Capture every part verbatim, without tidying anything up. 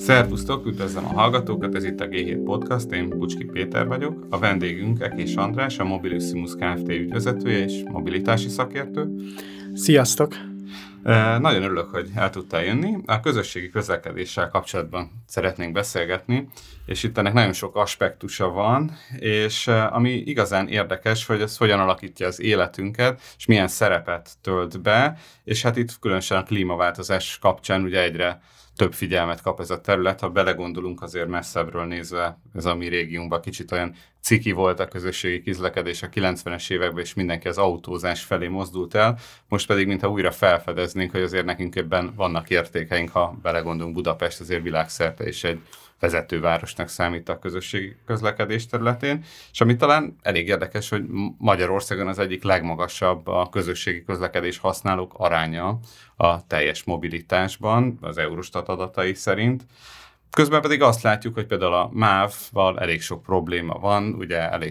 Szervusztok, üdvözlöm a hallgatókat, ez itt a gé hét Podcast, én Bucski Péter vagyok, a vendégünk Ekés András, a Mobilissimus Kft. Ügyvezetője és mobilitási szakértő. Sziasztok! E, nagyon örülök, hogy el tudtál jönni. A közösségi közlekedéssel kapcsolatban szeretnénk beszélgetni, és itt ennek nagyon sok aspektusa van, és ami igazán érdekes, hogy ez hogyan alakítja az életünket, és milyen szerepet tölt be, és hát itt különösen a klímaváltozás kapcsán ugye egyre több figyelmet kap ez a terület. Ha belegondolunk, azért messzebbről nézve ez a mi régiónkban kicsit olyan ciki volt a közösségi közlekedés a kilencvenes években, és mindenki az autózás felé mozdult el. Most pedig, mintha újra felfedeznénk, hogy azért nekünk ebben vannak értékeink, ha belegondolunk, Budapest azért világszerte is egy vezetővárosnak számít a közösségi közlekedés területén, és ami talán elég érdekes, hogy Magyarországon az egyik legmagasabb a közösségi közlekedés használók aránya a teljes mobilitásban, az Eurostat adatai szerint. Közben pedig azt látjuk, hogy például a MÁV-val elég sok probléma van, ugye elég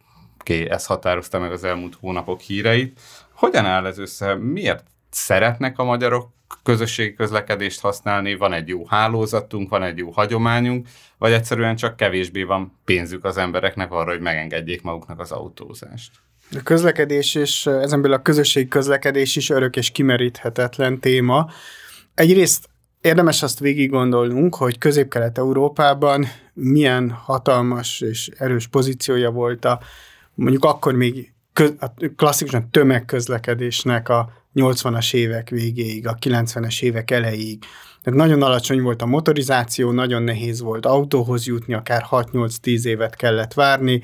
ez határozta meg az elmúlt hónapok híreit. Hogyan áll ez össze? Miért szeretnek a magyarok közösségi közlekedést használni, van egy jó hálózatunk, van egy jó hagyományunk, vagy egyszerűen csak kevésbé van pénzük az embereknek arra, hogy megengedjék maguknak az autózást? A közlekedés és ezen belül a közösségi közlekedés is örök és kimeríthetetlen téma. Egyrészt érdemes azt végig gondolnunk, hogy Közép-Kelet-Európában milyen hatalmas és erős pozíciója volt a mondjuk akkor még köz, a klasszikusan tömegközlekedésnek a nyolcvanas évek végéig, a kilencvenes évek elejéig. Tehát nagyon alacsony volt a motorizáció, nagyon nehéz volt autóhoz jutni, akár hat-nyolc-tíz évet kellett várni,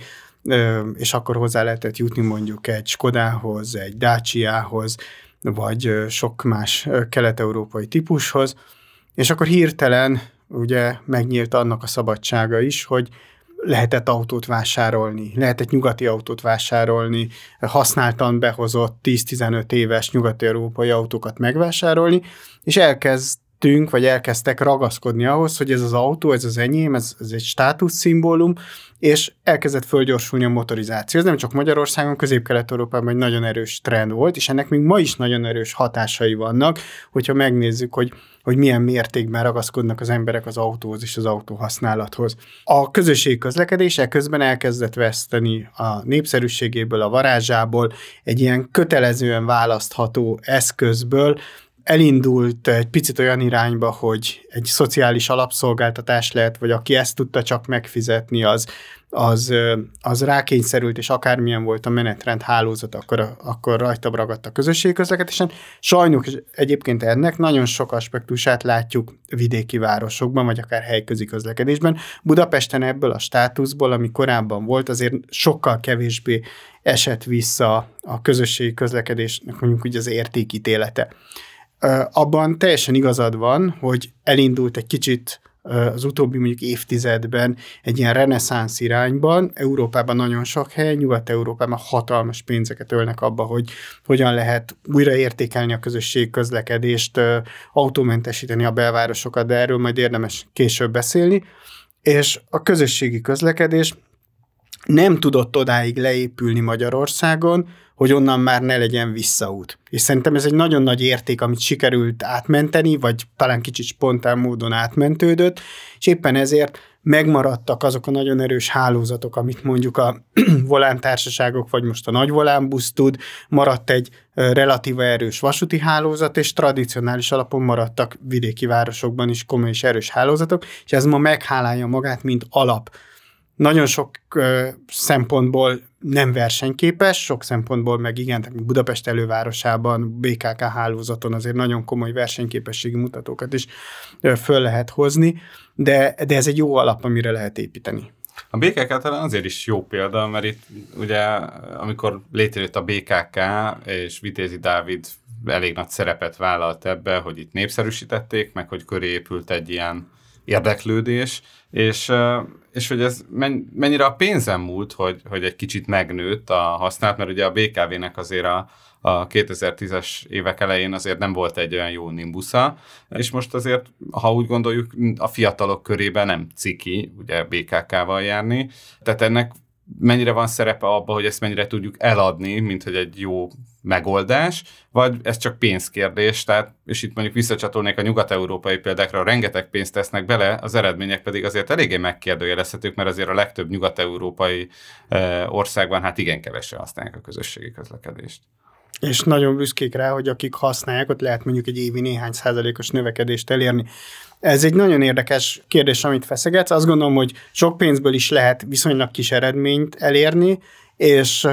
és akkor hozzá lehetett jutni mondjuk egy Skodához, egy Daciához, vagy sok más kelet-európai típushoz, és akkor hirtelen ugye megnyílt annak a szabadsága is, hogy lehetett autót vásárolni, lehetett nyugati autót vásárolni, használtan behozott tíz-tizenöt éves nyugati-európai autókat megvásárolni, és elkezdtünk, vagy elkezdtek ragaszkodni ahhoz, hogy ez az autó, ez az enyém, ez, ez egy státuszszimbólum, és elkezdett fölgyorsulni a motorizáció. Ez nem csak Magyarországon, Közép-Kelet-Európában egy nagyon erős trend volt, és ennek még ma is nagyon erős hatásai vannak, hogyha megnézzük, hogy, hogy milyen mértékben ragaszkodnak az emberek az autóhoz és az autóhasználathoz. A közösségi közlekedés ekközben elkezdett veszteni a népszerűségéből, a varázsából, egy ilyen kötelezően választható eszközből, elindult egy picit olyan irányba, hogy egy szociális alapszolgáltatás lehet, vagy aki ezt tudta csak megfizetni, az, az, az rákényszerült, és akármilyen volt a menetrend hálózat, akkor, akkor rajta ragadt a közösségi közlekedésen. Sajnos egyébként ennek nagyon sok aspektusát látjuk vidéki városokban, vagy akár helyközi közlekedésben. Budapesten ebből a státuszból, ami korábban volt, azért sokkal kevésbé esett vissza a közösségi közlekedésnek mondjuk úgy az értékítélete. Abban teljesen igazad van, hogy elindult egy kicsit az utóbbi mondjuk évtizedben egy ilyen reneszánsz irányban. Európában nagyon sok hely, Nyugat-Európában hatalmas pénzeket ölnek abba, hogy hogyan lehet újraértékelni a közösségi közlekedést, autómentesíteni a belvárosokat, de erről majd érdemes később beszélni. És a közösségi közlekedés nem tudott odáig leépülni Magyarországon, hogy onnan már ne legyen visszaút. És szerintem ez egy nagyon nagy érték, amit sikerült átmenteni, vagy talán kicsit spontán módon átmentődött, és éppen ezért megmaradtak azok a nagyon erős hálózatok, amit mondjuk a volántársaságok, vagy most a nagy volánbusz tud, maradt egy relatíva erős vasúti hálózat, és tradicionális alapon maradtak vidéki városokban is komoly és erős hálózatok, és ez ma meghálálja magát, mint alap. Nagyon sok ö, szempontból nem versenyképes, sok szempontból meg igen, tehát Budapest elővárosában, bé ká ká hálózaton azért nagyon komoly versenyképességi mutatókat is ö, föl lehet hozni, de, de ez egy jó alap, amire lehet építeni. A bé ká ká talán azért is jó példa, mert itt ugye, amikor létrejött a bé ká ká, és Vitézi Dávid elég nagy szerepet vállalt ebbe, hogy itt népszerűsítették, meg hogy köré épült egy ilyen érdeklődés, és, és hogy ez mennyire a pénzen múlt, hogy, hogy egy kicsit megnőtt a használat, mert ugye a bé ká vének azért a, a kétezer-tízes évek elején azért nem volt egy olyan jó nimbusza, és most azért, ha úgy gondoljuk, a fiatalok körében nem ciki, ugye bé ká ká-val járni, tehát ennek mennyire van szerepe abban, hogy ezt mennyire tudjuk eladni, mint hogy egy jó megoldás, vagy ez csak pénzkérdés, tehát, és itt mondjuk visszacsatolnék a nyugat-európai példákra, rengeteg pénzt tesznek bele, az eredmények pedig azért eléggé megkérdőjelezhetők, mert azért a legtöbb nyugat-európai országban hát igen kevesen használják a közösségi közlekedést. És nagyon büszkék rá, hogy akik használják, ott lehet mondjuk egy évi néhány százalékos növekedést elérni. Ez egy nagyon érdekes kérdés, amit feszegetsz. Azt gondolom, hogy sok pénzből is lehet viszonylag kis eredményt elérni, és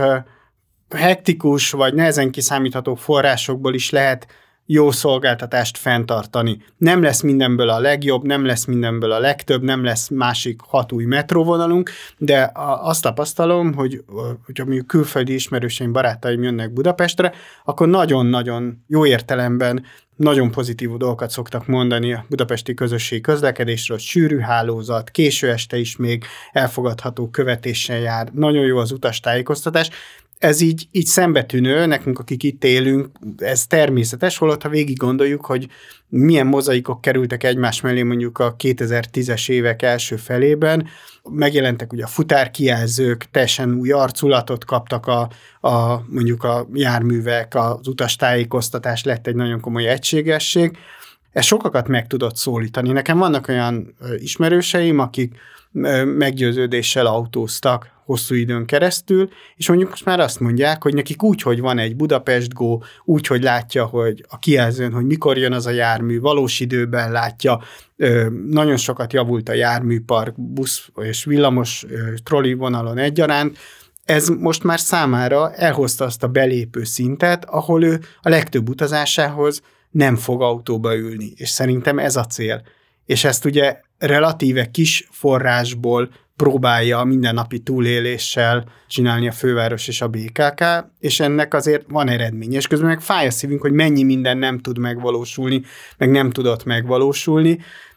hektikus vagy nehezen kiszámítható forrásokból is lehet jó szolgáltatást fenntartani. Nem lesz mindenből a legjobb, nem lesz mindenből a legtöbb, nem lesz másik hat új metróvonalunk, de azt tapasztalom, hogy hogyha mondjuk külföldi ismerőseim, barátaim jönnek Budapestre, akkor nagyon-nagyon jó értelemben nagyon pozitív dolgokat szoktak mondani a budapesti közösségi közlekedésről, sűrű hálózat, késő este is még elfogadható követéssel jár, nagyon jó az utastájékoztatás. Ez így, így szembetűnő, nekünk, akik itt élünk, ez természetes, holott ha végig gondoljuk, hogy milyen mozaikok kerültek egymás mellé mondjuk a kétezer-tízes évek első felében, megjelentek ugye a futárkijelzők, teljesen új arculatot kaptak a, a mondjuk a járművek, az utastájékoztatás lett egy nagyon komoly egységesség. Ez sokakat meg tudott szólítani. Nekem vannak olyan ismerőseim, akik meggyőződéssel autóztak hosszú időn keresztül, és mondjuk most már azt mondják, hogy nekik úgy, hogy van egy Budapest Go, úgy, hogy látja, hogy a kijelzőn, hogy mikor jön az a jármű, valós időben látja, nagyon sokat javult a járműpark, busz és villamos trolli vonalon egyaránt, ez most már számára elhozta azt a belépő szintet, ahol ő a legtöbb utazásához nem fog autóba ülni, és szerintem ez a cél. És ezt ugye relatíve kis forrásból próbálja a mindennapi túléléssel csinálni a főváros és a bé ká ká, és ennek azért van eredménye, és közben meg fáj a szívünk, hogy mennyi minden nem tud megvalósulni, meg nem tudott megvalósulni,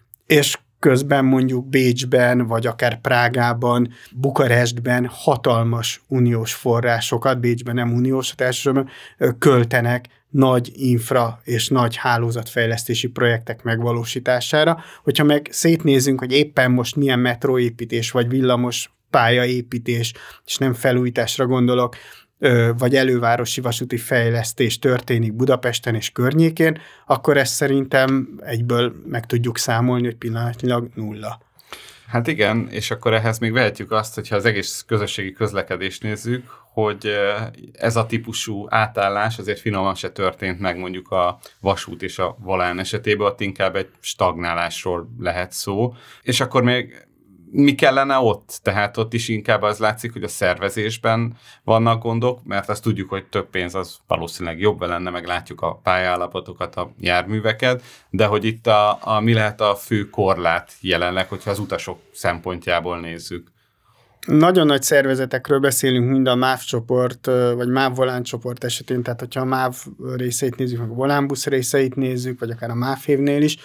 és közben mondjuk Bécsben, vagy akár Prágában, Bukarestben hatalmas uniós forrásokat, Bécsben nem uniós, elsősorban költenek nagy infra és nagy hálózatfejlesztési projektek megvalósítására. Hogyha meg szétnézünk, hogy éppen most milyen metróépítés, vagy villamos pályaépítés, és nem felújításra gondolok, vagy elővárosi vasúti fejlesztés történik Budapesten és környékén, akkor ezt szerintem egyből meg tudjuk számolni, hogy pillanatnyilag nulla. Hát igen, és akkor ehhez még vehetjük azt, hogyha az egész közösségi közlekedést nézzük, hogy ez a típusú átállás azért finoman se történt meg mondjuk a vasút és a volán esetében, ott inkább egy stagnálásról lehet szó, és akkor még mi kellene ott? Tehát ott is inkább az látszik, hogy a szervezésben vannak gondok, mert azt tudjuk, hogy több pénz az valószínűleg jobb lenne, meg látjuk a pályállapotokat, a járműveket, de hogy itt a, a, mi lehet a fő korlát jelenleg, hogyha az utasok szempontjából nézzük. Nagyon nagy szervezetekről beszélünk, mind a MÁV csoport, vagy MÁV Volán csoport esetén, tehát hogyha a MÁV részeit nézzük, meg a Volánbusz részeit nézzük, vagy akár a MÁV-évnél is.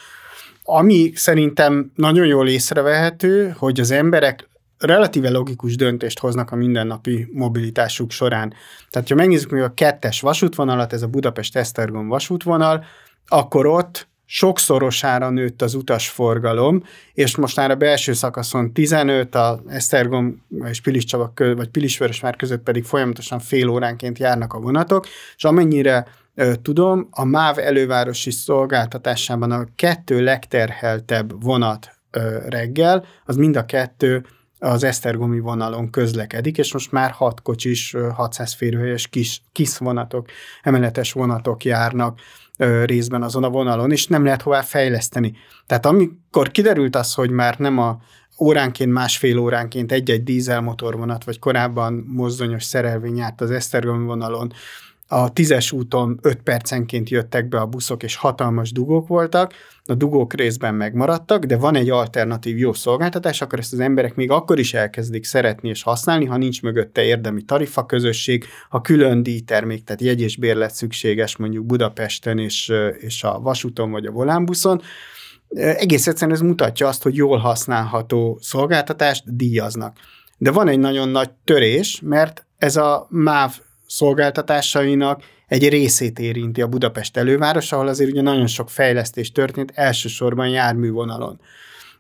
Ami szerintem nagyon jól észrevehető, hogy az emberek relatíve logikus döntést hoznak a mindennapi mobilitásuk során. Tehát, ha megnézzük még a kettes vasútvonalat, ez a Budapest-Esztergom vasútvonal, akkor ott sokszorosára nőtt az utasforgalom, és most már a belső szakaszon tizenöt, a Esztergom és Piliscsaba vagy Pilisvörösvár között pedig folyamatosan fél óránként járnak a vonatok, és amennyire tudom, a MÁV elővárosi szolgáltatásában a kettő legterheltebb vonat reggel, az mind a kettő az esztergomi vonalon közlekedik, és most már hat kocsis, hatszáz férőhelyes kis, kis vonatok, emeletes vonatok járnak részben azon a vonalon, és nem lehet hová fejleszteni. Tehát amikor kiderült az, hogy már nem a óránként, másfél óránként egy-egy dízelmotorvonat, vagy korábban mozdonyos szerelvény járt az esztergomi vonalon, a tízes úton öt percenként jöttek be a buszok, és hatalmas dugók voltak, a dugók részben megmaradtak, de van egy alternatív jó szolgáltatás, akkor ezt az emberek még akkor is elkezdik szeretni és használni, ha nincs mögötte érdemi tarifaközösség, ha külön díjtermék, tehát jegy és bérlet szükséges mondjuk Budapesten és, és a vasúton vagy a volánbuszon. Egész egyszerűen ez mutatja azt, hogy jól használható szolgáltatást díjaznak. De van egy nagyon nagy törés, mert ez a MÁV szolgáltatásainak egy részét érinti a Budapest előváros, ahol azért ugye nagyon sok fejlesztés történt, elsősorban járművonalon.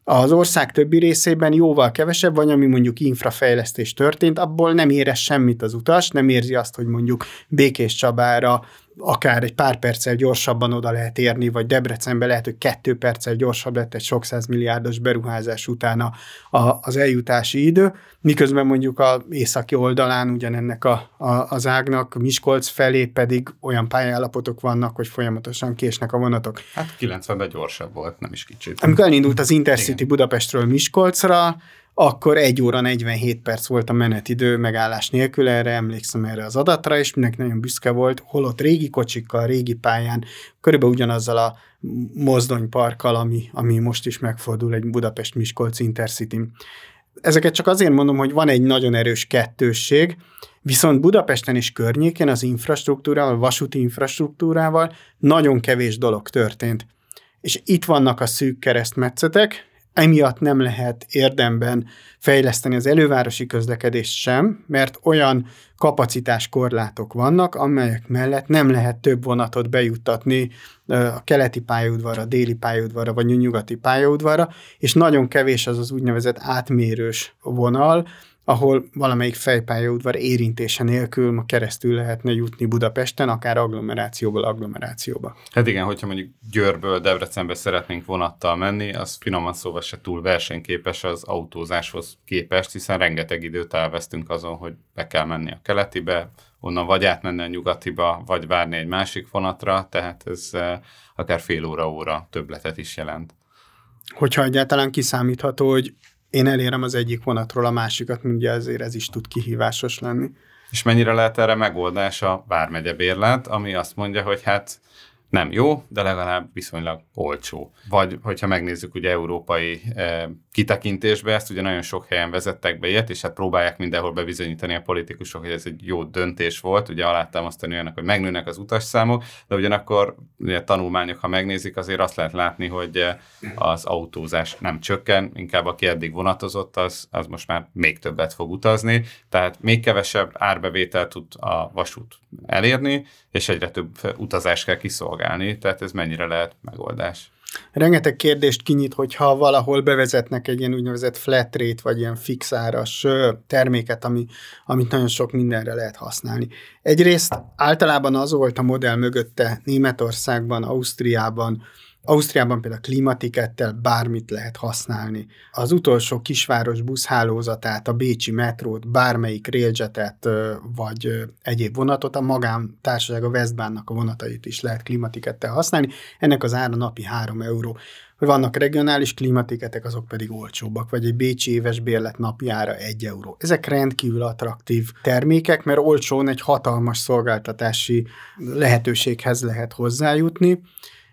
Az ország többi részében jóval kevesebb vagy, ami mondjuk infrafejlesztés történt, abból nem érez semmit az utas, nem érzi azt, hogy mondjuk Békéscsabára akár egy pár perccel gyorsabban oda lehet érni, vagy Debrecenbe lehet, hogy kettő perccel gyorsabb lett egy sok százmilliárdos beruházás után a, a, az eljutási idő, miközben mondjuk az északi oldalán ugyanennek a, a, az ágnak, Miskolc felé pedig olyan pályállapotok vannak, hogy folyamatosan késnek a vonatok. Hát kilencvenben gyorsabb volt, nem is kicsit. Amikor elindult az Intercity Igen. Budapestről Miskolcra, akkor egy óra negyvenhét perc volt a menetidő megállás nélkül, erre emlékszem erre az adatra, és mindenki nagyon büszke volt, holott régi kocsikkal, régi pályán, körülbelül ugyanazzal a mozdonyparkkal, ami, ami most is megfordul egy Budapest-Miskolc Intercity-n. Ezeket csak azért mondom, hogy van egy nagyon erős kettősség, viszont Budapesten és környékén az infrastruktúrával, vasúti infrastruktúrával nagyon kevés dolog történt. És itt vannak a szűk keresztmetszetek, emiatt nem lehet érdemben fejleszteni az elővárosi közlekedést sem, mert olyan kapacitáskorlátok vannak, amelyek mellett nem lehet több vonatot bejuttatni a keleti pályaudvarra, a déli pályaudvarra, vagy a nyugati pályaudvarra, és nagyon kevés az az úgynevezett átmérős vonal, ahol valamelyik fejpályaudvar érintése nélkül ma keresztül lehetne jutni Budapesten, akár agglomerációból agglomerációba. Hát igen, hogyha mondjuk Győrből Debrecenbe szeretnénk vonattal menni, az finoman szóval se túl versenyképes az autózáshoz képest, hiszen rengeteg időt elvesztünk azon, hogy be kell menni a keletibe, onnan vagy átmenni a nyugatiba, vagy várni egy másik vonatra, tehát ez akár fél óra-óra többletet is jelent. Hogyha egyáltalán kiszámítható, hogy én elérem az egyik vonatról a másikat, ugye ezért ez is tud kihívásos lenni. És mennyire lehet erre megoldás a vármegye bérlet, ami azt mondja, hogy hát nem jó, de legalább viszonylag olcsó. Vagy, hogyha megnézzük ugye európai e, kitekintésbe, ezt ugye nagyon sok helyen vezettek be ilyet, és hát próbálják mindenhol bebizonyítani a politikusok, hogy ez egy jó döntés volt, ugye alátámasztani olyanok, hogy megnőnek az utasszámok, de ugyanakkor ugye tanulmányok, ha megnézik, azért azt lehet látni, hogy az autózás nem csökken, inkább aki eddig vonatozott, az, az most már még többet fog utazni, tehát még kevesebb árbevételt tud a vasút elérni, és egyre több utazást kell kiszolgálni, tehát ez mennyire lehet megoldás? Rengeteg kérdést kinyit, hogyha valahol bevezetnek egy ilyen úgynevezett flat rate, vagy ilyen fixáras terméket, ami, amit nagyon sok mindenre lehet használni. Egyrészt általában az volt a modell mögötte Németországban, Ausztriában, Ausztriában például klimatikettel bármit lehet használni. Az utolsó kisváros buszhálózatát, a bécsi metrót, bármelyik railjetet vagy egyéb vonatot, a magántársaság, a Westbahnnak a vonatait is lehet klimatikettel használni. Ennek az ára napi három euró. Vannak regionális klimatiketek, azok pedig olcsóbbak, vagy egy bécsi éves bérlet napi ára egy euró. Ezek rendkívül attraktív termékek, mert olcsón egy hatalmas szolgáltatási lehetőséghez lehet hozzájutni,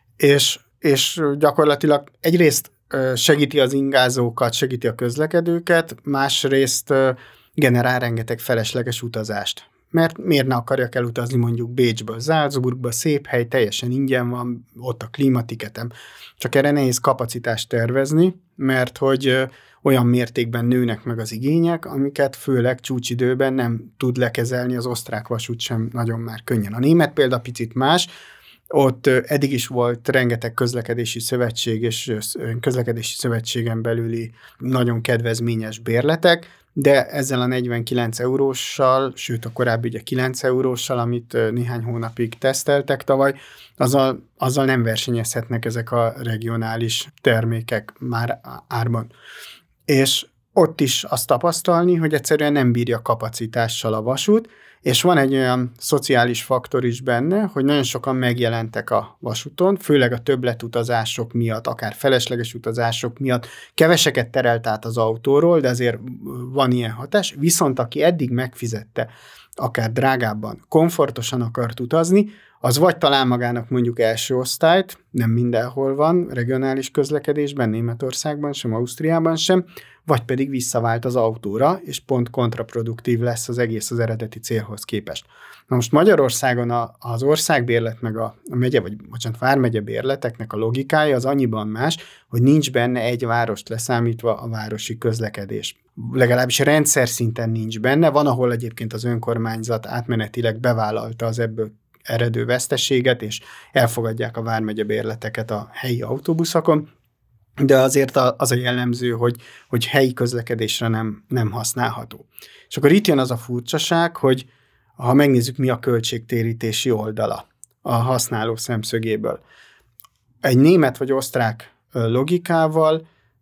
és és gyakorlatilag egyrészt segíti az ingázókat, segíti a közlekedőket, másrészt generál rengeteg felesleges utazást. Mert miért ne akarjak elutazni mondjuk Bécsből, Salzburgba, szép hely, teljesen ingyen van, ott a klimatiketem. Csak erre nehéz kapacitást tervezni, mert hogy olyan mértékben nőnek meg az igények, amiket főleg csúcsidőben nem tud lekezelni az osztrák vasút sem nagyon már könnyen. A német példa picit más, ott eddig is volt rengeteg közlekedési szövetség és közlekedési szövetségen belüli nagyon kedvezményes bérletek, de ezzel a negyvenkilenc euróssal, sőt a korábbi ugye kilenc euróssal, amit néhány hónapig teszteltek tavaly, azzal, azzal nem versenyezhetnek ezek a regionális termékek már árban. És ott is azt tapasztalni, hogy egyszerűen nem bírja kapacitással a vasút, és van egy olyan szociális faktor is benne, hogy nagyon sokan megjelentek a vasúton, főleg a többletutazások miatt, akár felesleges utazások miatt, keveseket terelt át az autóról, de azért van ilyen hatás, viszont aki eddig megfizette, akár drágábban, komfortosan akart utazni, az vagy talál magának mondjuk első osztályt, nem mindenhol van, regionális közlekedésben, Németországban sem, Ausztriában sem, vagy pedig visszavált az autóra, és pont kontraproduktív lesz az egész az eredeti célhoz képest. Na most Magyarországon a, az országbérlet, meg a, a megye, vagy bocsánat, vármegye bérleteknek a logikája az annyiban más, hogy nincs benne egy várost leszámítva a városi közlekedés. Legalábbis rendszer szinten nincs benne, van, ahol egyébként az önkormányzat átmenetileg bevállalta az ebből eredő veszteséget, és elfogadják a vármegye bérleteket a helyi autóbuszokon, de azért az a jellemző, hogy, hogy helyi közlekedésre nem, nem használható. És akkor itt jön az a furcsaság, hogy ha megnézzük, mi a költségtérítési oldala a használó szemszögéből. Egy német vagy osztrák logikával,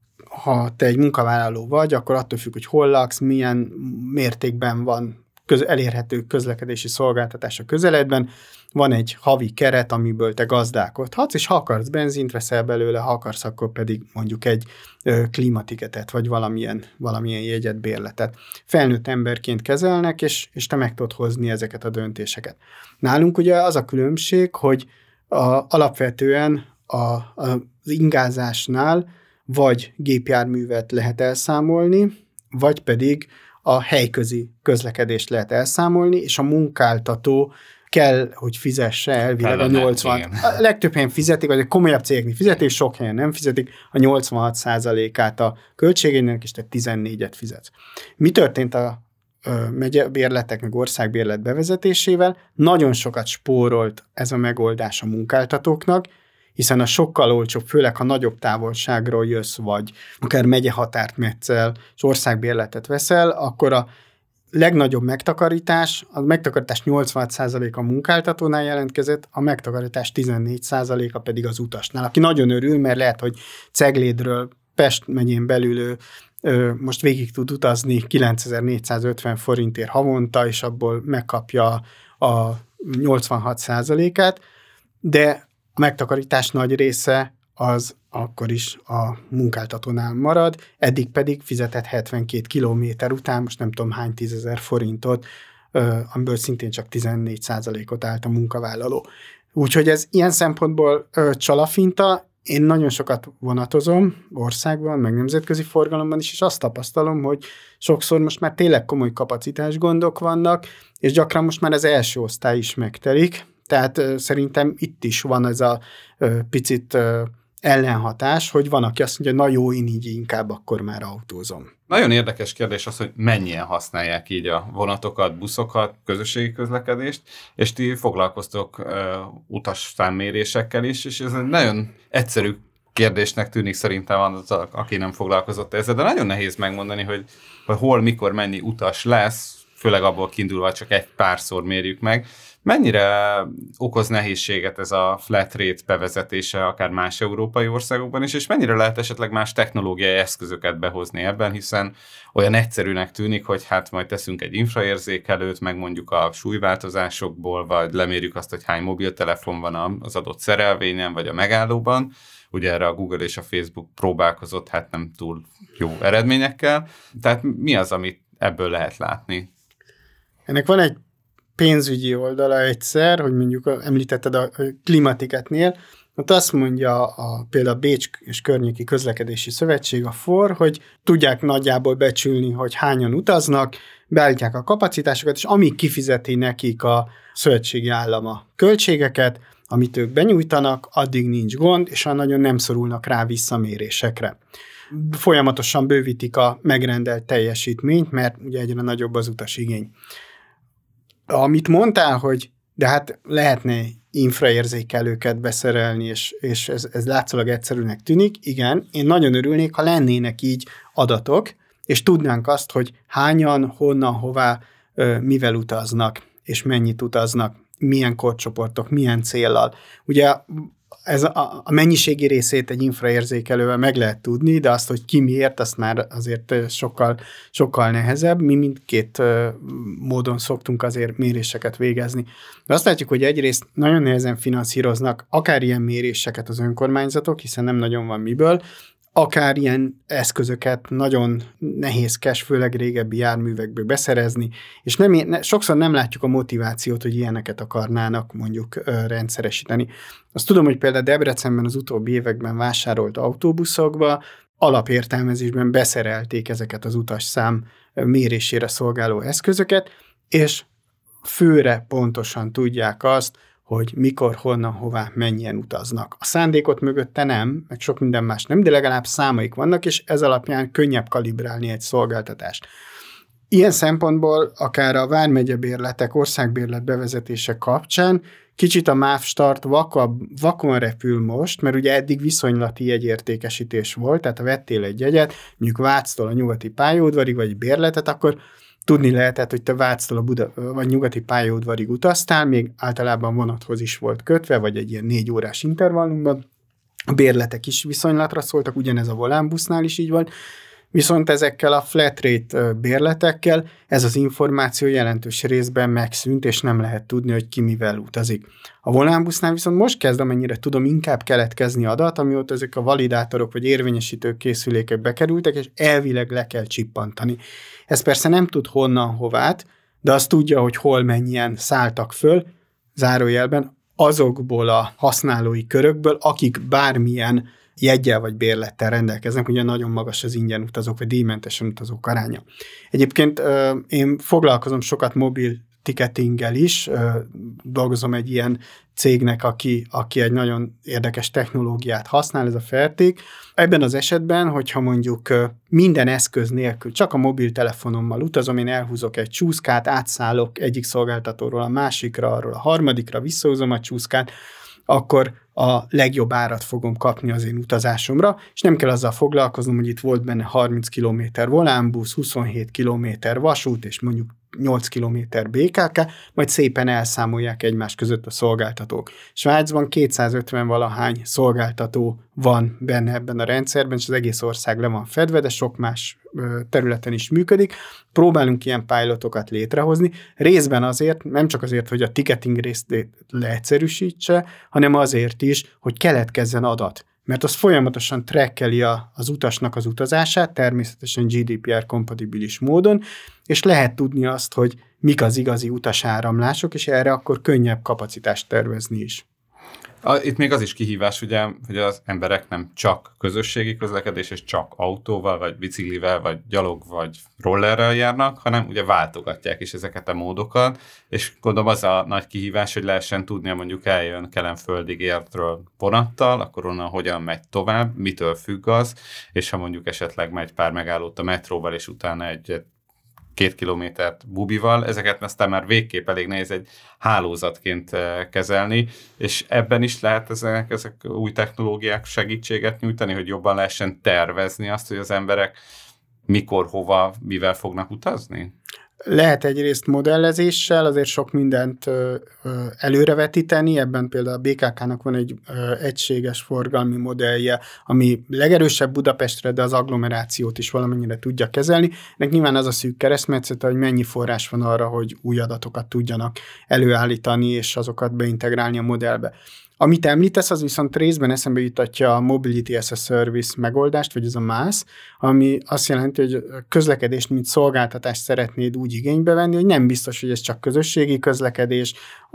ha te egy munkavállaló vagy, akkor attól függ, hogy hol laksz, milyen mértékben van köz, elérhető közlekedési szolgáltatás a közeledben, van egy havi keret, amiből te gazdálkodhatsz, és ha akarsz benzint, veszel belőle, ha akarsz, akkor pedig mondjuk egy ö, klímatiketet, vagy valamilyen, valamilyen jegyet, bérletet. Felnőtt emberként kezelnek, és, és te meg tudod hozni ezeket a döntéseket. Nálunk ugye az a különbség, hogy a, alapvetően a, a, az ingázásnál vagy gépjárművet lehet elszámolni, vagy pedig a helyközi közlekedést lehet elszámolni, és a munkáltató kell, hogy fizesse elvileg a nyolcvan. A legtöbb helyen fizetik, vagy a komolyabb cégeknél fizetik, sok helyen nem fizetik, a nyolcvanhat százalékát a költségének, és te tizennégyet fizetsz. Mi történt a megyebérletek, meg országbérlet bevezetésével? Nagyon sokat spórolt ez a megoldás a munkáltatóknak, hiszen a sokkal olcsóbb, főleg ha nagyobb távolságról jössz, vagy akár megyehatárt metszel, és országbérletet veszel, akkor a legnagyobb megtakarítás, a megtakarítás nyolcvanhat százaléka a munkáltatónál jelentkezett, a megtakarítás tizennégy százaléka pedig az utasnál, aki nagyon örül, mert lehet, hogy Ceglédről Pest megyén belül ö, most végig tud utazni kilencezer-négyszázötven forintért havonta, és abból megkapja a nyolcvanhat százalékát, de a megtakarítás nagy része az akkor is a munkáltatónál marad, eddig pedig fizetett hetvenkét kilométer után, most nem tudom hány tízezer forintot, amiből szintén csak tizennégy százalékot állt a munkavállaló. Úgyhogy ez ilyen szempontból csalafinta. Én nagyon sokat vonatozom országban, meg nemzetközi forgalomban is, és azt tapasztalom, hogy sokszor most már tényleg komoly kapacitásgondok vannak, és gyakran most már az első osztály is megtelik. Tehát uh, szerintem itt is van ez a uh, picit uh, ellenhatás, hogy van, aki azt mondja, na jó, én így inkább akkor már autózom. Nagyon érdekes kérdés az, hogy mennyien használják így a vonatokat, buszokat, közösségi közlekedést, és ti foglalkoztok uh, utasszámmérésekkel is, és ez egy nagyon egyszerű kérdésnek tűnik szerintem az, aki nem foglalkozott ezzel, de nagyon nehéz megmondani, hogy, hogy hol, mikor, mennyi utas lesz, főleg abból kiindulva csak egy párszor mérjük meg. Mennyire okoz nehézséget ez a flat rate bevezetése akár más európai országokban is, és mennyire lehet esetleg más technológiai eszközöket behozni ebben, hiszen olyan egyszerűnek tűnik, hogy hát majd teszünk egy infraérzékelőt, meg mondjuk a súlyváltozásokból, vagy lemérjük azt, hogy hány mobiltelefon van az adott szerelvényen, vagy a megállóban. Ugye erre a Google és a Facebook próbálkozott, hát nem túl jó eredményekkel. Tehát mi az, amit ebből lehet látni? Ennek van egy pénzügyi oldala egyszer, hogy mondjuk említetted a klimatiketnél, ott azt mondja a, például a Bécs és Környéki Közlekedési Szövetség, a FOR, hogy tudják nagyjából becsülni, hogy hányan utaznak, beállítják a kapacitásokat, és amíg kifizeti nekik a szövetségi állam a költségeket, amit ők benyújtanak, addig nincs gond, és nagyon nem szorulnak rá visszamérésekre. Folyamatosan bővítik a megrendelt teljesítményt, mert ugye egyre nagyobb az utasigény. Amit mondtál, hogy de hát lehetne infraérzékelőket beszerelni, és, és ez, ez látszólag egyszerűnek tűnik. Igen, én nagyon örülnék, ha lennének így adatok, és tudnánk azt, hogy hányan, honnan, hová, mivel utaznak, és mennyit utaznak, milyen korcsoportok, milyen céllal. Ugye ez a, a mennyiségi részét egy infraérzékelővel meg lehet tudni, de azt, hogy ki miért, azt már azért sokkal, sokkal nehezebb. Mi mindkét módon szoktunk azért méréseket végezni. De azt látjuk, hogy egyrészt nagyon nehezen finanszíroznak akár ilyen méréseket az önkormányzatok, hiszen nem nagyon van miből, akár ilyen eszközöket nagyon nehézkes, főleg régebbi járművekből beszerezni, és nem, ne, sokszor nem látjuk a motivációt, hogy ilyeneket akarnának mondjuk ö, rendszeresíteni. Azt tudom, hogy például Debrecenben az utóbbi években vásárolt autóbuszokba alapértelmezésben beszerelték ezeket az utasszám mérésére szolgáló eszközöket, és főre pontosan tudják azt, hogy mikor, honnan, hová, mennyien utaznak. A szándékot mögötte nem, meg sok minden más nem, de legalább számaik vannak, és ez alapján könnyebb kalibrálni egy szolgáltatást. Ilyen szempontból akár a vármegye bérletek, országbérlet bevezetése kapcsán kicsit a MÁV Start vakabb, vakon repül most, mert ugye eddig viszonylati jegyértékesítés volt, tehát ha vettél egy jegyet, mondjuk Váctól a nyugati pályaudvarig, vagy egy bérletet, akkor tudni lehetett, hogy te Váctól a Buda, vagy nyugati pályaudvarig utaztál, még általában vonathoz is volt kötve, vagy egy ilyen négy órás intervallumban. A bérletek is viszonylatra szóltak, ugyanez a volánbusznál is így volt, viszont ezekkel a flat rate bérletekkel ez az információ jelentős részben megszűnt, és nem lehet tudni, hogy ki mivel utazik. A volánbusznál viszont most kezd, amennyire tudom, inkább keletkezni adat, amióta ezek a validátorok vagy érvényesítő készülékek bekerültek, és elvileg le kell csippantani. Ez persze nem tud honnan hovát, de azt tudja, hogy hol mennyien szálltak föl, zárójelben, azokból a használói körökből, akik bármilyen jeggyel vagy bérlettel rendelkeznek, ugye nagyon magas az ingyen utazók, vagy díjmentesen utazók aránya. Egyébként én foglalkozom sokat mobil ticketinggel is, dolgozom egy ilyen cégnek, aki, aki egy nagyon érdekes technológiát használ, ez a Ferték. Ebben az esetben, hogyha mondjuk minden eszköz nélkül, csak a mobiltelefonommal utazom, én elhúzok egy csúszkát, átszállok egyik szolgáltatóról a másikra, arról a harmadikra, visszahúzom a csúszkát, akkor a legjobb árat fogom kapni az én utazásomra, és nem kell azzal foglalkoznom, hogy itt volt benne harminc kilométer volánbusz, huszonhét kilométer vasút, és mondjuk nyolc kilométer bé ká ká, majd szépen elszámolják egymás között a szolgáltatók. Svájcban kétszázötven valahány szolgáltató van benne ebben a rendszerben, és az egész ország le van fedve, de sok más területen is működik. Próbálunk ilyen pilotokat létrehozni, részben azért, nem csak azért, hogy a ticketing részt leegyszerűsítse, hanem azért is, hogy keletkezzen adat. Mert az folyamatosan trackeli a, az utasnak az utazását, természetesen gé dé pé er-kompatibilis módon, és lehet tudni azt, hogy mik az igazi utasáramlások, és erre akkor könnyebb kapacitást tervezni is. Itt még az is kihívás, ugye, hogy az emberek nem csak közösségi közlekedés, és csak autóval, vagy biciklivel, vagy gyalog, vagy rollerrel járnak, hanem ugye váltogatják is ezeket a módokat, és gondolom az a nagy kihívás, hogy lehessen tudni, mondjuk eljön Kelenföldig Értről vonattal, akkor onnan hogyan megy tovább, mitől függ az, és ha mondjuk esetleg megy pár megállót a metróval, és utána egy két kilométert bubival, ezeket aztán már végképp elég nehéz egy hálózatként kezelni, és ebben is lehet ezek, ezek új technológiák segítséget nyújtani, hogy jobban lehessen tervezni azt, hogy az emberek mikor, hova, mivel fognak utazni? Lehet egyrészt modellezéssel, azért sok mindent ö, ö, előrevetíteni, ebben például a bé ká ká-nak van egy ö, egységes forgalmi modellje, ami legerősebb Budapestre, de az agglomerációt is valamennyire tudja kezelni. Ennek nyilván az a szűk keresztmetszete, hogy mennyi forrás van arra, hogy új adatokat tudjanak előállítani, és azokat beintegrálni a modellbe. Amit említesz, az viszont részben eszembe jutatja a Mobility as a Service megoldást, vagy ez a mász, ami azt jelenti, hogy közlekedést, mint szolgáltatást szeretnéd úgy igénybe venni, hogy nem biztos, hogy ez csak közösségi közlekedés,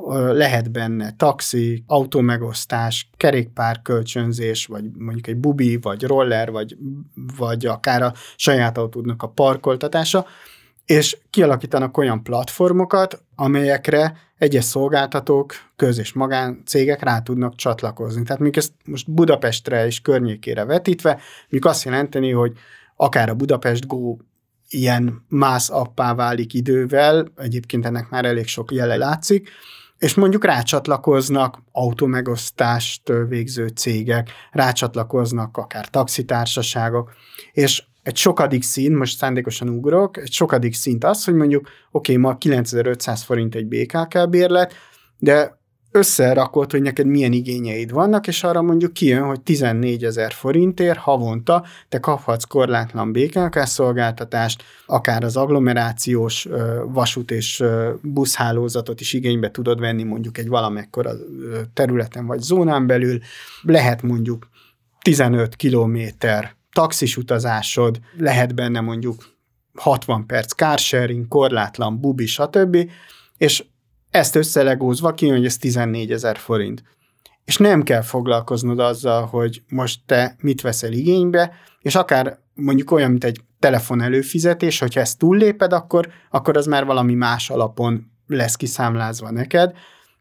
lehet benne taxi, autómegosztás, kerékpárkölcsönzés, vagy mondjuk egy bubi, vagy roller, vagy, vagy akár a saját autódnak a parkoltatása, és kialakítanak olyan platformokat, amelyekre egyes szolgáltatók, köz- és magáncégek rá tudnak csatlakozni. Tehát mondjuk ezt most Budapestre és környékére vetítve, mondjuk azt jelenteni, hogy akár a Budapest Go ilyen mász appá válik idővel, egyébként ennek már elég sok jele látszik, és mondjuk rácsatlakoznak automegosztást végző cégek, rácsatlakoznak akár taxitársaságok, és egy sokadik szint, most szándékosan ugrok, egy sokadik szint az, hogy mondjuk, oké, okay, ma kilencezer-ötszáz forint egy bé ká ká bérlet, de összerakod, hogy neked milyen igényeid vannak, és arra mondjuk kijön, hogy tizennégyezer forintért havonta te kaphatsz korlátlan bé ká ká szolgáltatást, akár az agglomerációs vasút és buszhálózatot is igénybe tudod venni mondjuk egy valamekkora területen vagy zónán belül, lehet mondjuk tizenöt kilométer taxis utazásod, lehet benne mondjuk hatvan perc carsharing, korlátlan bubi, stb. És ezt összelegózva kijön, hogy ez tizennégyezer forint. És nem kell foglalkoznod azzal, hogy most te mit veszel igénybe, és akár mondjuk olyan, mint egy telefon előfizetés, hogyha ezt túlléped, akkor, akkor az már valami más alapon lesz kiszámlázva neked.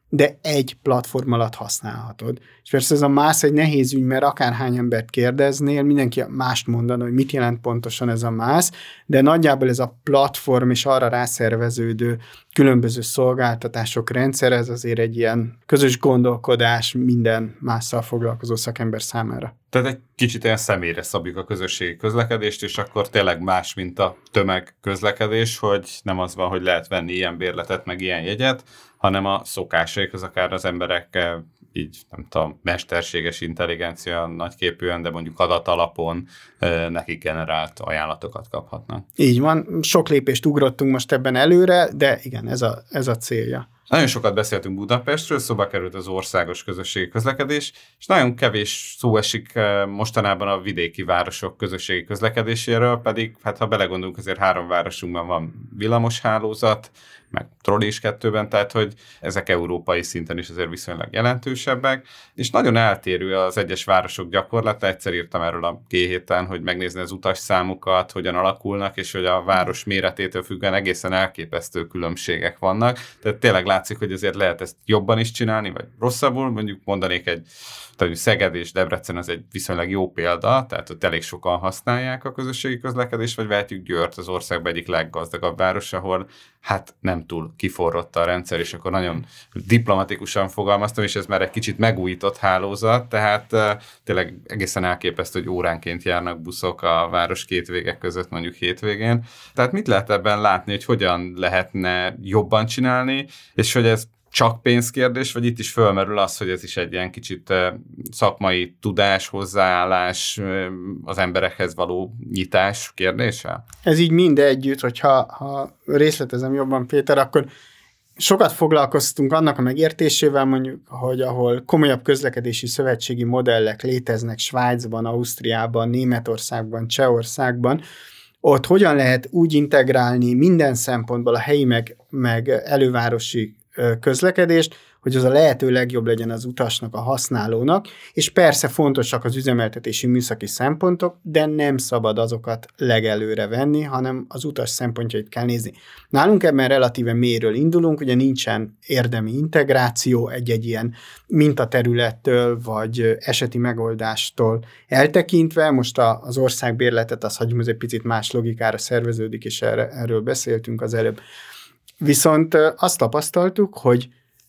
de egy platform alatt használhatod. És persze ez a mász egy nehéz ügy, mert akárhány embert kérdeznél, mindenki mást mondana, hogy mit jelent pontosan ez a mász, de nagyjából ez a platform és arra rászerveződő különböző szolgáltatások rendszer, ez azért egy ilyen közös gondolkodás minden másszal foglalkozó szakember számára. Tehát egy kicsit olyan személyre szabjuk a közösségi közlekedést, és akkor tényleg más, mint a tömegközlekedés, hogy nem az van, hogy lehet venni ilyen bérletet, meg ilyen jegyet, hanem a szokásaikhoz akár az emberek így, nem tudom, mesterséges intelligencia nagyképűen, de mondjuk adatalapon nekik generált ajánlatokat kaphatnak. Így van, sok lépést ugrottunk most ebben előre, de igen, ez a, ez a célja. Nagyon sokat beszéltünk Budapestről, szóba került az országos közösségi közlekedés, és nagyon kevés szó esik mostanában a vidéki városok közösségi közlekedéséről, pedig hát ha belegondolunk, azért három városunkban van villamoshálózat, meg trolli is kettőben, tehát hogy ezek európai szinten is azért viszonylag jelentősebbek, és nagyon eltérő az egyes városok gyakorlata. Egyszer írtam erről a G héten, hogy megnézni az utasszámukat, hogyan alakulnak, és hogy a város méretétől függően egészen elképesztő különbségek vannak. Tehát tényleg látszik, hogy azért lehet ezt jobban is csinálni, vagy rosszabbul. Mondjuk mondanék egy, tehát Szeged és Debrecen az egy viszonylag jó példa, tehát ott elég sokan használják a közösségi közlekedést, vagy vehetjük Győrt, az országban egyik leggazdagabb város, ahol hát nem túl kiforrott a rendszer, és akkor nagyon diplomatikusan fogalmaztam, és ez már egy kicsit megújított hálózat, tehát uh, tényleg egészen elképesztő, hogy óránként járnak buszok a város két vége között, mondjuk hétvégén. Tehát mit lehet ebben látni, hogy hogyan lehetne jobban csinálni, és hogy ez csak pénzkérdés, vagy itt is fölmerül az, hogy ez is egy ilyen kicsit szakmai tudás, hozzáállás, az emberekhez való nyitás kérdése? Ez így mind együtt, hogyha ha részletezem jobban, Péter, akkor sokat foglalkoztunk annak a megértésével, mondjuk, hogy ahol komolyabb közlekedési szövetségi modellek léteznek Svájcban, Ausztriában, Németországban, Csehországban, ott hogyan lehet úgy integrálni minden szempontból a helyi meg, meg elővárosi közlekedést, hogy az a lehető legjobb legyen az utasnak, a használónak, és persze fontosak az üzemeltetési műszaki szempontok, de nem szabad azokat legelőre venni, hanem az utas szempontjait kell nézni. Nálunk ebben relatíve mélyről indulunk, ugye nincsen érdemi integráció egy-egy ilyen mintaterülettől, vagy eseti megoldástól eltekintve, most a, az országbérletet azt hagyjuk, ez egy picit más logikára szerveződik, és erre, erről beszéltünk az előbb. Viszont azt tapasztaltuk, hogy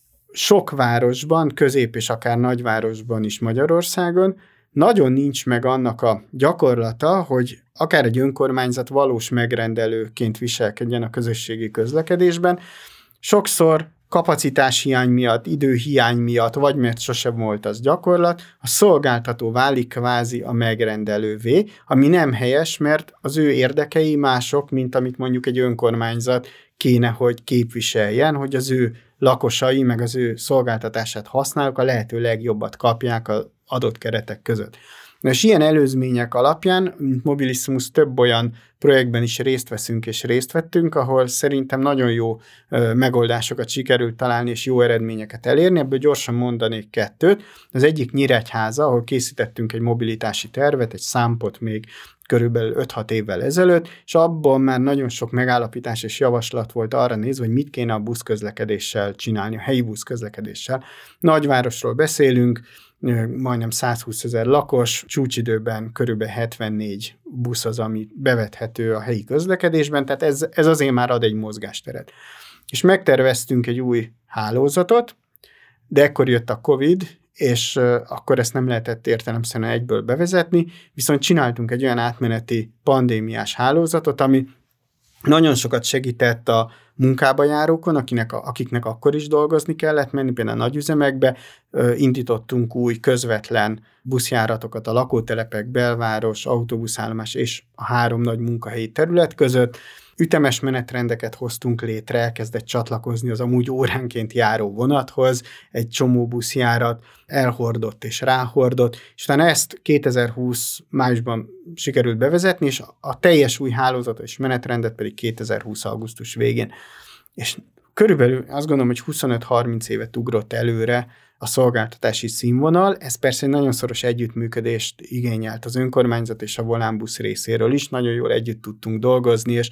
sok városban, közép- és akár nagyvárosban is Magyarországon nagyon nincs meg annak a gyakorlata, hogy akár egy önkormányzat valós megrendelőként viselkedjen a közösségi közlekedésben. Sokszor kapacitáshiány miatt, időhiány miatt, vagy mert sosem volt az gyakorlat, a szolgáltató válik kvázi a megrendelővé, ami nem helyes, mert az ő érdekei mások, mint amit mondjuk egy önkormányzat kéne, hogy képviseljen, hogy az ő lakosai, meg az ő szolgáltatását használók a lehető legjobbat kapják az adott keretek között. Na és ilyen előzmények alapján, mint Mobilissimus, több olyan projektben is részt veszünk és részt vettünk, ahol szerintem nagyon jó ö, megoldásokat sikerült találni és jó eredményeket elérni. Ebből gyorsan mondanék kettőt. Az egyik Nyíregyháza, ahol készítettünk egy mobilitási tervet, egy számpot még körülbelül öt-hat évvel ezelőtt, és abban már nagyon sok megállapítás és javaslat volt arra nézve, hogy mit kéne a buszközlekedéssel csinálni, a helyi buszközlekedéssel. Nagyvárosról beszélünk, majdnem százhúszezer lakos, csúcsidőben körülbelül hetvennégy busz az, ami bevethető a helyi közlekedésben, tehát ez, ez azért már ad egy mozgásteret. És megterveztünk egy új hálózatot, de ekkor jött a Covid, és akkor ezt nem lehetett értelemszerűen egyből bevezetni, viszont csináltunk egy olyan átmeneti pandémiás hálózatot, ami nagyon sokat segített a munkába járókon, akinek, akiknek akkor is dolgozni kellett menni, például a nagyüzemekbe, indítottunk új közvetlen buszjáratokat a lakótelepek, belváros, autóbuszállomás és a három nagy munkahelyi terület között. Ütemes menetrendeket hoztunk létre, elkezdett csatlakozni az amúgy óránként járó vonathoz, egy csomó buszjárat elhordott és ráhordott, és utána ezt kétezer-húsz májusban sikerült bevezetni, és a teljes új hálózatot és menetrendet pedig kétezer-húsz augusztus végén. És körülbelül azt gondolom, hogy huszonöt-harminc évet ugrott előre a szolgáltatási színvonal. Ez persze egy nagyon szoros együttműködést igényelt az önkormányzat és a Volánbusz részéről is. Nagyon jól együtt tudtunk dolgozni, és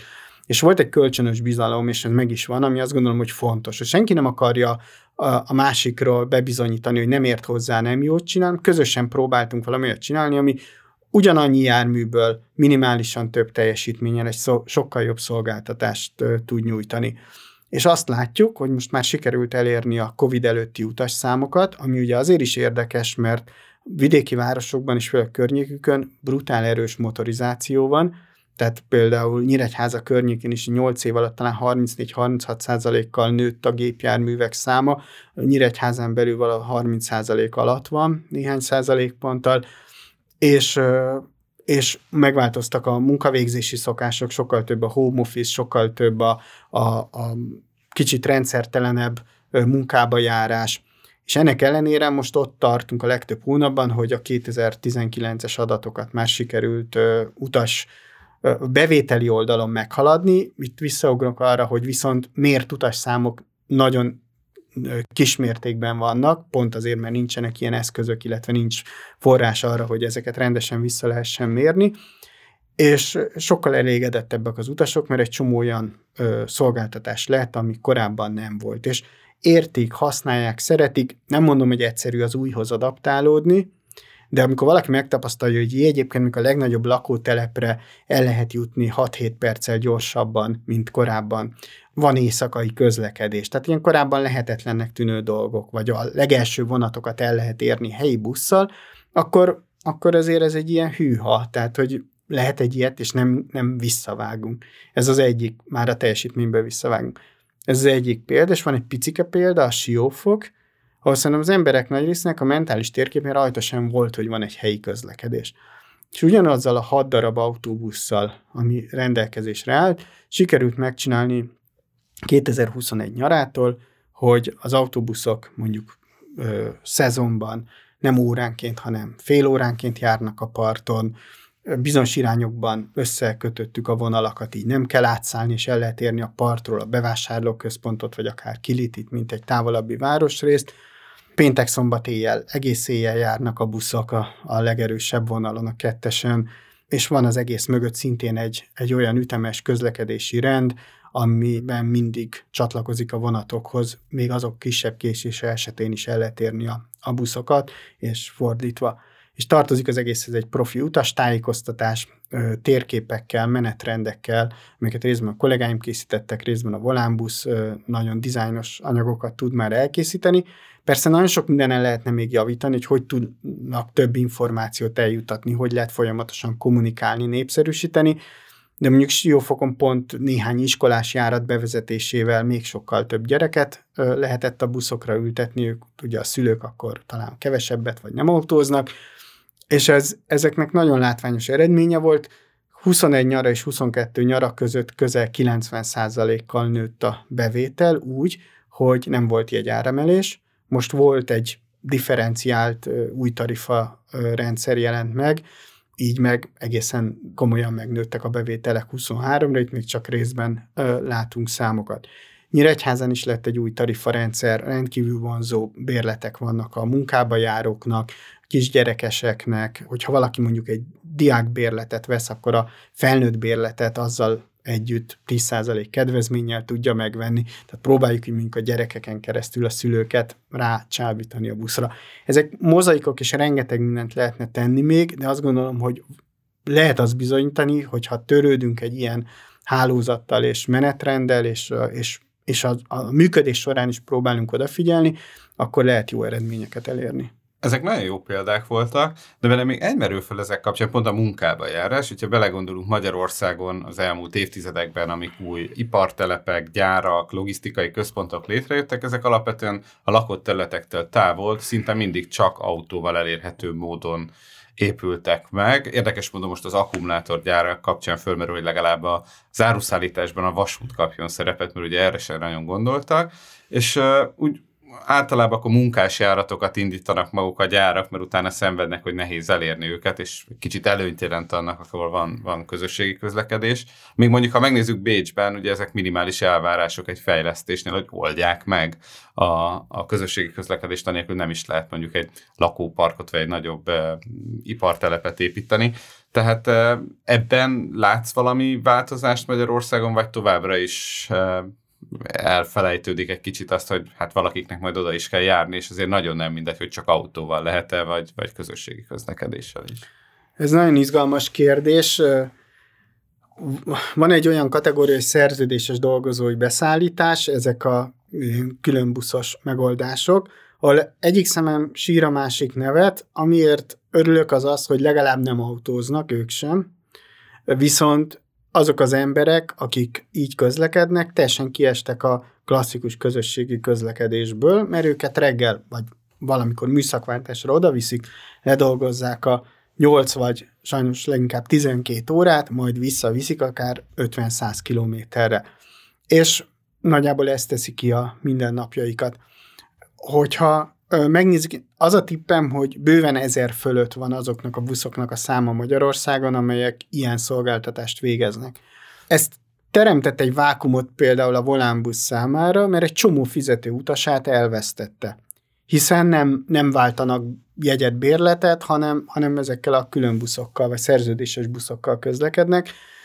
És volt egy kölcsönös bizalom, és ez meg is van, ami azt gondolom, hogy fontos. És senki nem akarja a, a másikról bebizonyítani, hogy nem ért hozzá, nem jót csinál. Közösen próbáltunk valami olyat csinálni, ami ugyanannyi járműből minimálisan több teljesítménnyel egy szó, sokkal jobb szolgáltatást uh, tud nyújtani. És azt látjuk, hogy most már sikerült elérni a Covid előtti utasszámokat, ami ugye azért is érdekes, mert vidéki városokban és főleg környékükön brutál erős motorizáció van, tehát például Nyíregyháza környékén is nyolc év alatt talán harmincnégy-harminchat százalékkal nőtt a gépjárművek száma, Nyíregyházán belül valahol harminc százalék alatt van, néhány százalékponttal, és, és megváltoztak a munkavégzési szokások, sokkal több a home office, sokkal több a, a, a kicsit rendszertelenebb munkába járás, és ennek ellenére most ott tartunk a legtöbb hónapban, hogy a kétezer-tizenkilences adatokat már sikerült uh, utas uh, bevételi oldalon meghaladni. Itt visszaugrok arra, hogy viszont mért utasszámok nagyon uh, kismértékben vannak, pont azért, mert nincsenek ilyen eszközök, illetve nincs forrás arra, hogy ezeket rendesen vissza lehessen mérni, és sokkal elégedettebbek az utasok, mert egy csomó olyan uh, szolgáltatás lett, ami korábban nem volt, és értik, használják, szeretik, nem mondom, hogy egyszerű az újhoz adaptálódni, de amikor valaki megtapasztalja, hogy egyébként mikor a legnagyobb lakótelepre el lehet jutni hat-hét perccel gyorsabban, mint korábban, van éjszakai közlekedés, tehát ilyen korábban lehetetlennek tűnő dolgok, vagy a legelső vonatokat el lehet érni helyi busszal, akkor, akkor azért ez egy ilyen hűha, tehát hogy lehet egy ilyet, és nem, nem visszavágunk. Ez az egyik, már a teljesítményből visszavágunk. Ez az egyik példa, és van egy picike példa, a Siófok, ahol szerintem az emberek nagy résznek a mentális térképén rajta sem volt, hogy van egy helyi közlekedés. És ugyanazzal a hat darab autóbusszal, ami rendelkezésre állt, sikerült megcsinálni kétezer-huszonegy nyarától, hogy az autóbuszok mondjuk ö, szezonban nem óránként, hanem fél óránként járnak a parton, bizonyos irányokban összekötöttük a vonalakat, így nem kell átszállni, és el lehet érni a partról a bevásárlóközpontot, vagy akár Kilitit, mint egy távolabbi városrészt. Péntek-szombat éjjel, egész éjjel járnak a buszok a, a legerősebb vonalon, a kettesen, és van az egész mögött szintén egy, egy olyan ütemes közlekedési rend, amiben mindig csatlakozik a vonatokhoz, még azok kisebb késése esetén is el lehet érni a, a buszokat, és fordítva. És tartozik az egészhez egy profi utastájékoztatás, térképekkel, menetrendekkel, amiket részben a kollégáim készítettek, részben a Volánbusz nagyon dizájnos anyagokat tud már elkészíteni. Persze nagyon sok mindenen lehetne még javítani, hogy hogy tudnak több információt eljutatni, hogy lehet folyamatosan kommunikálni, népszerűsíteni, de mondjuk Siófokon pont néhány iskolás járat bevezetésével még sokkal több gyereket lehetett a buszokra ültetni, ők ugye a szülők akkor talán kevesebbet vagy nem autóznak, és ez, ezeknek nagyon látványos eredménye volt. huszonegy nyara és huszonkettő nyara között közel kilencven százalékkal nőtt a bevétel úgy, hogy nem volt jegyáremelés. Most volt egy differenciált új tarifa rendszer jelent meg, így meg egészen komolyan megnőttek a bevételek huszonháromra, itt még csak részben ö, látunk számokat. Nyíregyházán is lett egy új tarifarendszer, rendkívül vonzó bérletek vannak a munkába járóknak, kisgyerekeseknek, hogyha valaki mondjuk egy diákbérletet vesz, akkor a felnőtt bérletet azzal együtt tíz százalék kedvezménnyel tudja megvenni, tehát próbáljuk így mondjuk a gyerekeken keresztül a szülőket rácsábítani a buszra. Ezek mozaikok, és rengeteg mindent lehetne tenni még, de azt gondolom, hogy lehet azt bizonyítani, hogyha törődünk egy ilyen hálózattal és menetrenddel, és, és, és a, a működés során is próbálunk odafigyelni, akkor lehet jó eredményeket elérni. Ezek nagyon jó példák voltak, de vele még egy merül fel ezek kapcsán pont a munkába járás. Hogyha belegondolunk Magyarországon az elmúlt évtizedekben, amik új ipartelepek, gyárak, logisztikai központok létrejöttek, ezek alapvetően a lakott területektől távol, szinte mindig csak autóval elérhető módon épültek meg. Érdekes módon most az akkumulátorgyárak kapcsán fölmerül, hogy legalább a záruszállításban a vasút kapjon szerepet, mert ugye erre sem nagyon gondoltak, és uh, úgy általában akkor munkásjáratokat indítanak maguk a gyárak, mert utána szenvednek, hogy nehéz elérni őket, és kicsit előnyt jelent annak, ahol van, van közösségi közlekedés. Még mondjuk, ha megnézzük Bécsben, ugye ezek minimális elvárások egy fejlesztésnél, hogy oldják meg a, a közösségi közlekedést, anélkül nem is lehet mondjuk egy lakóparkot vagy egy nagyobb e, ipartelepet építeni. Tehát e, ebben látsz valami változást Magyarországon, vagy továbbra is e, elfelejtődik egy kicsit azt, hogy hát valakiknek majd oda is kell járni, és azért nagyon nem mindegy, hogy csak autóval lehet-e, vagy, vagy közösségi közlekedéssel is. Ez nagyon izgalmas kérdés. Van egy olyan kategória, hogy szerződéses dolgozói beszállítás, ezek a különbuszos megoldások, ahol egyik szemem sír a másik nevet, amiért örülök az az, hogy legalább nem autóznak, ők sem, viszont azok az emberek, akik így közlekednek, teljesen kiestek a klasszikus közösségi közlekedésből, mert őket reggel, vagy valamikor műszakváltásra odaviszik, ledolgozzák a nyolc vagy sajnos leginkább tizenkét órát, majd visszaviszik akár ötven-száz kilométerre. És nagyjából ezt teszi ki a mindennapjaikat. Hogyha ö, megnézzük, az a tippem, hogy bőven ezer fölött van azoknak a buszoknak a száma Magyarországon, amelyek ilyen szolgáltatást végeznek. Ezt teremtett egy vákumot például a Volánbusz számára, mert egy csomó fizető utasát elvesztette. Hiszen nem, nem váltanak jegyet, bérletet, hanem, hanem ezekkel a külön buszokkal, vagy szerződéses buszokkal közlekednek.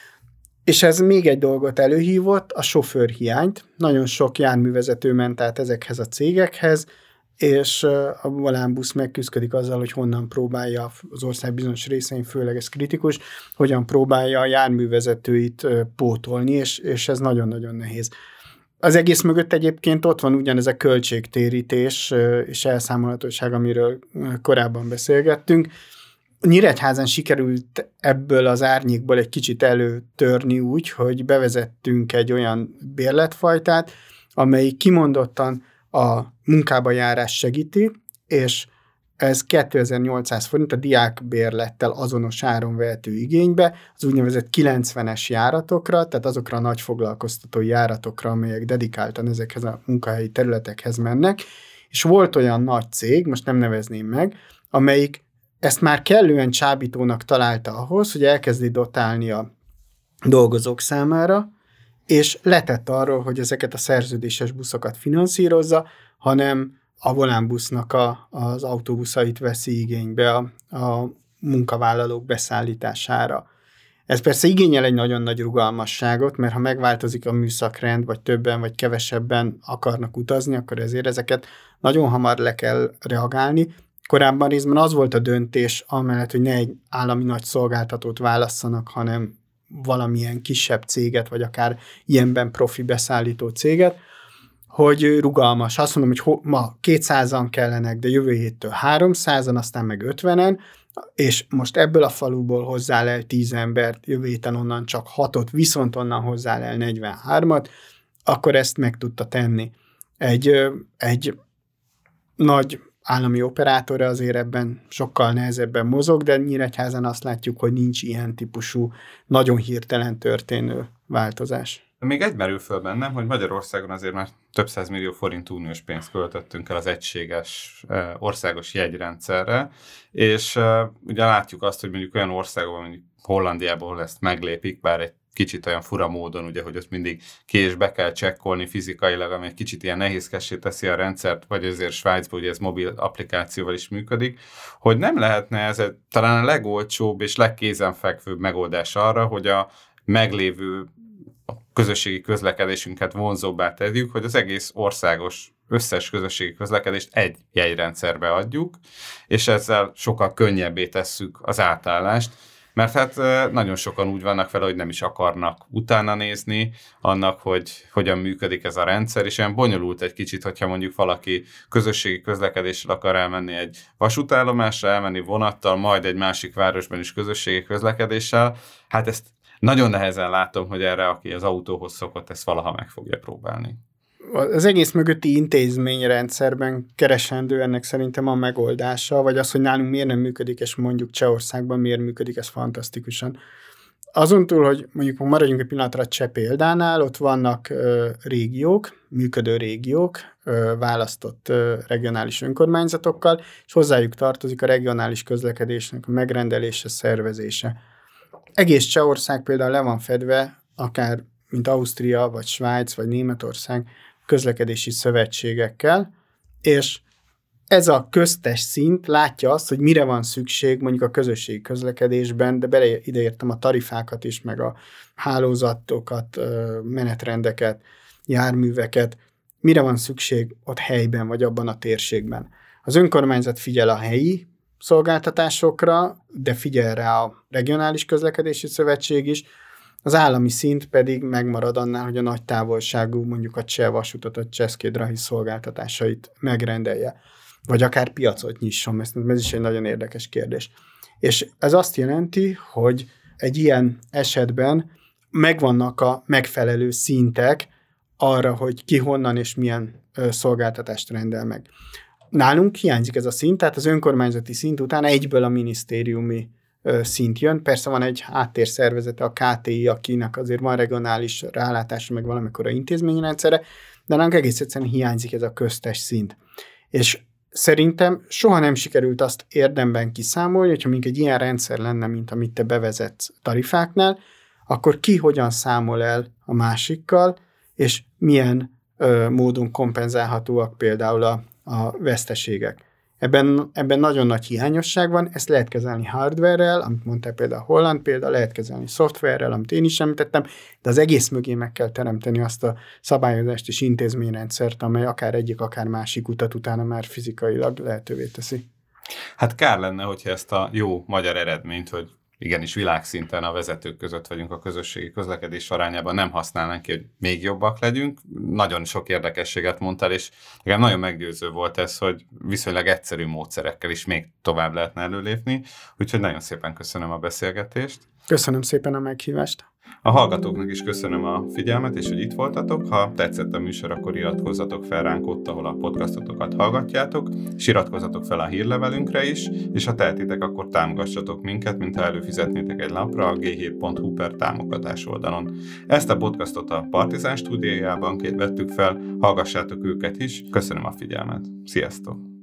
És ez még egy dolgot előhívott, a sofőrhiányt. Nagyon sok járművezető ment át ezekhez a cégekhez, és a Volánbusz megküzdik azzal, hogy honnan próbálja az ország bizonyos részein, főleg ez kritikus, hogyan próbálja a járművezetőit pótolni, és, és ez nagyon-nagyon nehéz. Az egész mögött egyébként ott van ugyanez a költségtérítés és elszámolhatóság, amiről korábban beszélgettünk. Nyíregyházán sikerült ebből az árnyékból egy kicsit előtörni úgy, hogy bevezettünk egy olyan bérletfajtát, amely kimondottan a munkába járás segíti, és ez kétezer-nyolcszáz forint a diákbérlettel azonos áron vehető igénybe, az úgynevezett kilencvenes járatokra, tehát azokra a nagy foglalkoztatói járatokra, amelyek dedikáltan ezekhez a munkahelyi területekhez mennek, és volt olyan nagy cég, most nem nevezném meg, amelyik ezt már kellően csábítónak találta ahhoz, hogy elkezdi dotálni a dolgozók számára, és letett arról, hogy ezeket a szerződéses buszokat finanszírozza, hanem a Volánbusznak a, az autóbuszait veszi igénybe a, a munkavállalók beszállítására. Ez persze igényel egy nagyon nagy rugalmasságot, mert ha megváltozik a műszakrend, vagy többen, vagy kevesebben akarnak utazni, akkor ezért ezeket nagyon hamar le kell reagálni. Korábban részben az volt a döntés, amellett, hogy ne egy állami nagy szolgáltatót válasszanak, hanem valamilyen kisebb céget, vagy akár ilyenben profi beszállító céget, hogy rugalmas. Azt mondom, hogy ma kétszázan kellenek, de jövő héttől háromszázan, aztán meg ötvenen, és most ebből a faluból hozzá el tíz embert, jövő héten onnan csak hatot, viszont onnan hozzá el negyvenhármat, akkor ezt meg tudta tenni. Egy, egy nagy állami operátora azért ebben sokkal nehezebben mozog, de Nyíregyházán azt látjuk, hogy nincs ilyen típusú, nagyon hirtelen történő változás. Még egy merül föl bennem, hogy Magyarországon azért már több százmillió forint uniós pénzt költöttünk el az egységes országos jegyrendszerre, és ugye látjuk azt, hogy mondjuk olyan országokban, mondjuk Hollandiában, ahol ezt meglépik, bár egy kicsit olyan fura módon, ugye, hogy ott mindig késbe kell csekkolni fizikailag, ami egy kicsit ilyen nehézkessé teszi a rendszert, vagy azért Svájcban ugye ez mobil applikációval is működik, hogy nem lehetne ez talán a legolcsóbb és legkézenfekvőbb megoldás arra, hogy a meglévő a közösségi közlekedésünket vonzóbbá tegyük, hogy az egész országos összes közösségi közlekedést egy jegyrendszerbe adjuk, és ezzel sokkal könnyebbé tesszük az átállást, mert hát nagyon sokan úgy vannak vele, hogy nem is akarnak utána nézni annak, hogy hogyan működik ez a rendszer, és ilyen bonyolult egy kicsit, hogyha mondjuk valaki közösségi közlekedéssel akar elmenni egy vasútállomásra, elmenni vonattal, majd egy másik városban is közösségi közlekedéssel, hát ezt nagyon nehezen látom, hogy erre, aki az autóhoz szokott, ezt valaha meg fogja próbálni. Az egész mögötti intézményrendszerben keresendő ennek szerintem a megoldása, vagy az, hogy nálunk miért nem működik, és mondjuk Csehországban miért működik, ez fantasztikusan. azon túl, hogy mondjuk maradjunk egy pillanatra a cseh példánál, ott vannak ö, régiók, működő régiók, ö, választott ö, regionális önkormányzatokkal, és hozzájuk tartozik a regionális közlekedésnek a megrendelése, szervezése. Egész Csehország például le van fedve, akár mint Ausztria, vagy Svájc, vagy Németország közlekedési szövetségekkel, és ez a köztes szint látja azt, hogy mire van szükség mondjuk a közösségi közlekedésben, de bele ideértem a tarifákat is, meg a hálózatokat, menetrendeket, járműveket, mire van szükség ott helyben, vagy abban a térségben. Az önkormányzat figyel a helyi szolgáltatásokra, de figyel rá a regionális közlekedési szövetség is, az állami szint pedig megmarad annál, hogy a nagy távolságú, mondjuk a cseh vasutat, a csehszké drahi szolgáltatásait megrendelje, vagy akár piacot nyisson, ez, ez is egy nagyon érdekes kérdés. És ez azt jelenti, hogy egy ilyen esetben megvannak a megfelelő szintek arra, hogy ki honnan és milyen ö, szolgáltatást rendel meg. Nálunk hiányzik ez a szint, tehát az önkormányzati szint után egyből a minisztériumi ö, szint jön. Persze van egy háttérszervezete, a ká té i, akinek azért van regionális rálátása, meg valamikor a intézményrendszere, de nálunk egész egyszerűen hiányzik ez a köztes szint. És szerintem soha nem sikerült azt érdemben kiszámolni, hogyha még egy ilyen rendszer lenne, mint amit te bevezetsz tarifáknál, akkor ki hogyan számol el a másikkal, és milyen ö, módon kompenzálhatóak például a, a veszteségek. Ebben, ebben nagyon nagy hiányosság van, ezt lehet kezelni hardware-rel, amit mondtál például a holland példa, lehet kezelni szoftverrel, amit én is említettem, de az egész mögé meg kell teremteni azt a szabályozást és intézményrendszert, amely akár egyik, akár másik utat utána már fizikailag lehetővé teszi. Hát kár lenne, hogyha ezt a jó magyar eredményt, hogy igenis világszinten a vezetők között vagyunk a közösségi közlekedés arányában, nem használnánk ki, hogy még jobbak legyünk. Nagyon sok érdekességet mondtál, és nekem nagyon meggyőző volt ez, hogy viszonylag egyszerű módszerekkel is még tovább lehetne előlépni. Úgyhogy nagyon szépen köszönöm a beszélgetést. Köszönöm szépen a meghívást. A hallgatóknak is köszönöm a figyelmet, és hogy itt voltatok. Ha tetszett a műsor, akkor iratkozzatok fel ránk ott, ahol a podcastotokat hallgatjátok, és iratkozzatok fel a hírlevelünkre is, és ha tehetitek, akkor támogassatok minket, mintha előfizetnétek egy lapra a gé hét pont hu per támogatás oldalon. Ezt a podcastot a Partizán stúdiójában vettük fel, hallgassátok őket is. Köszönöm a figyelmet. Sziasztok!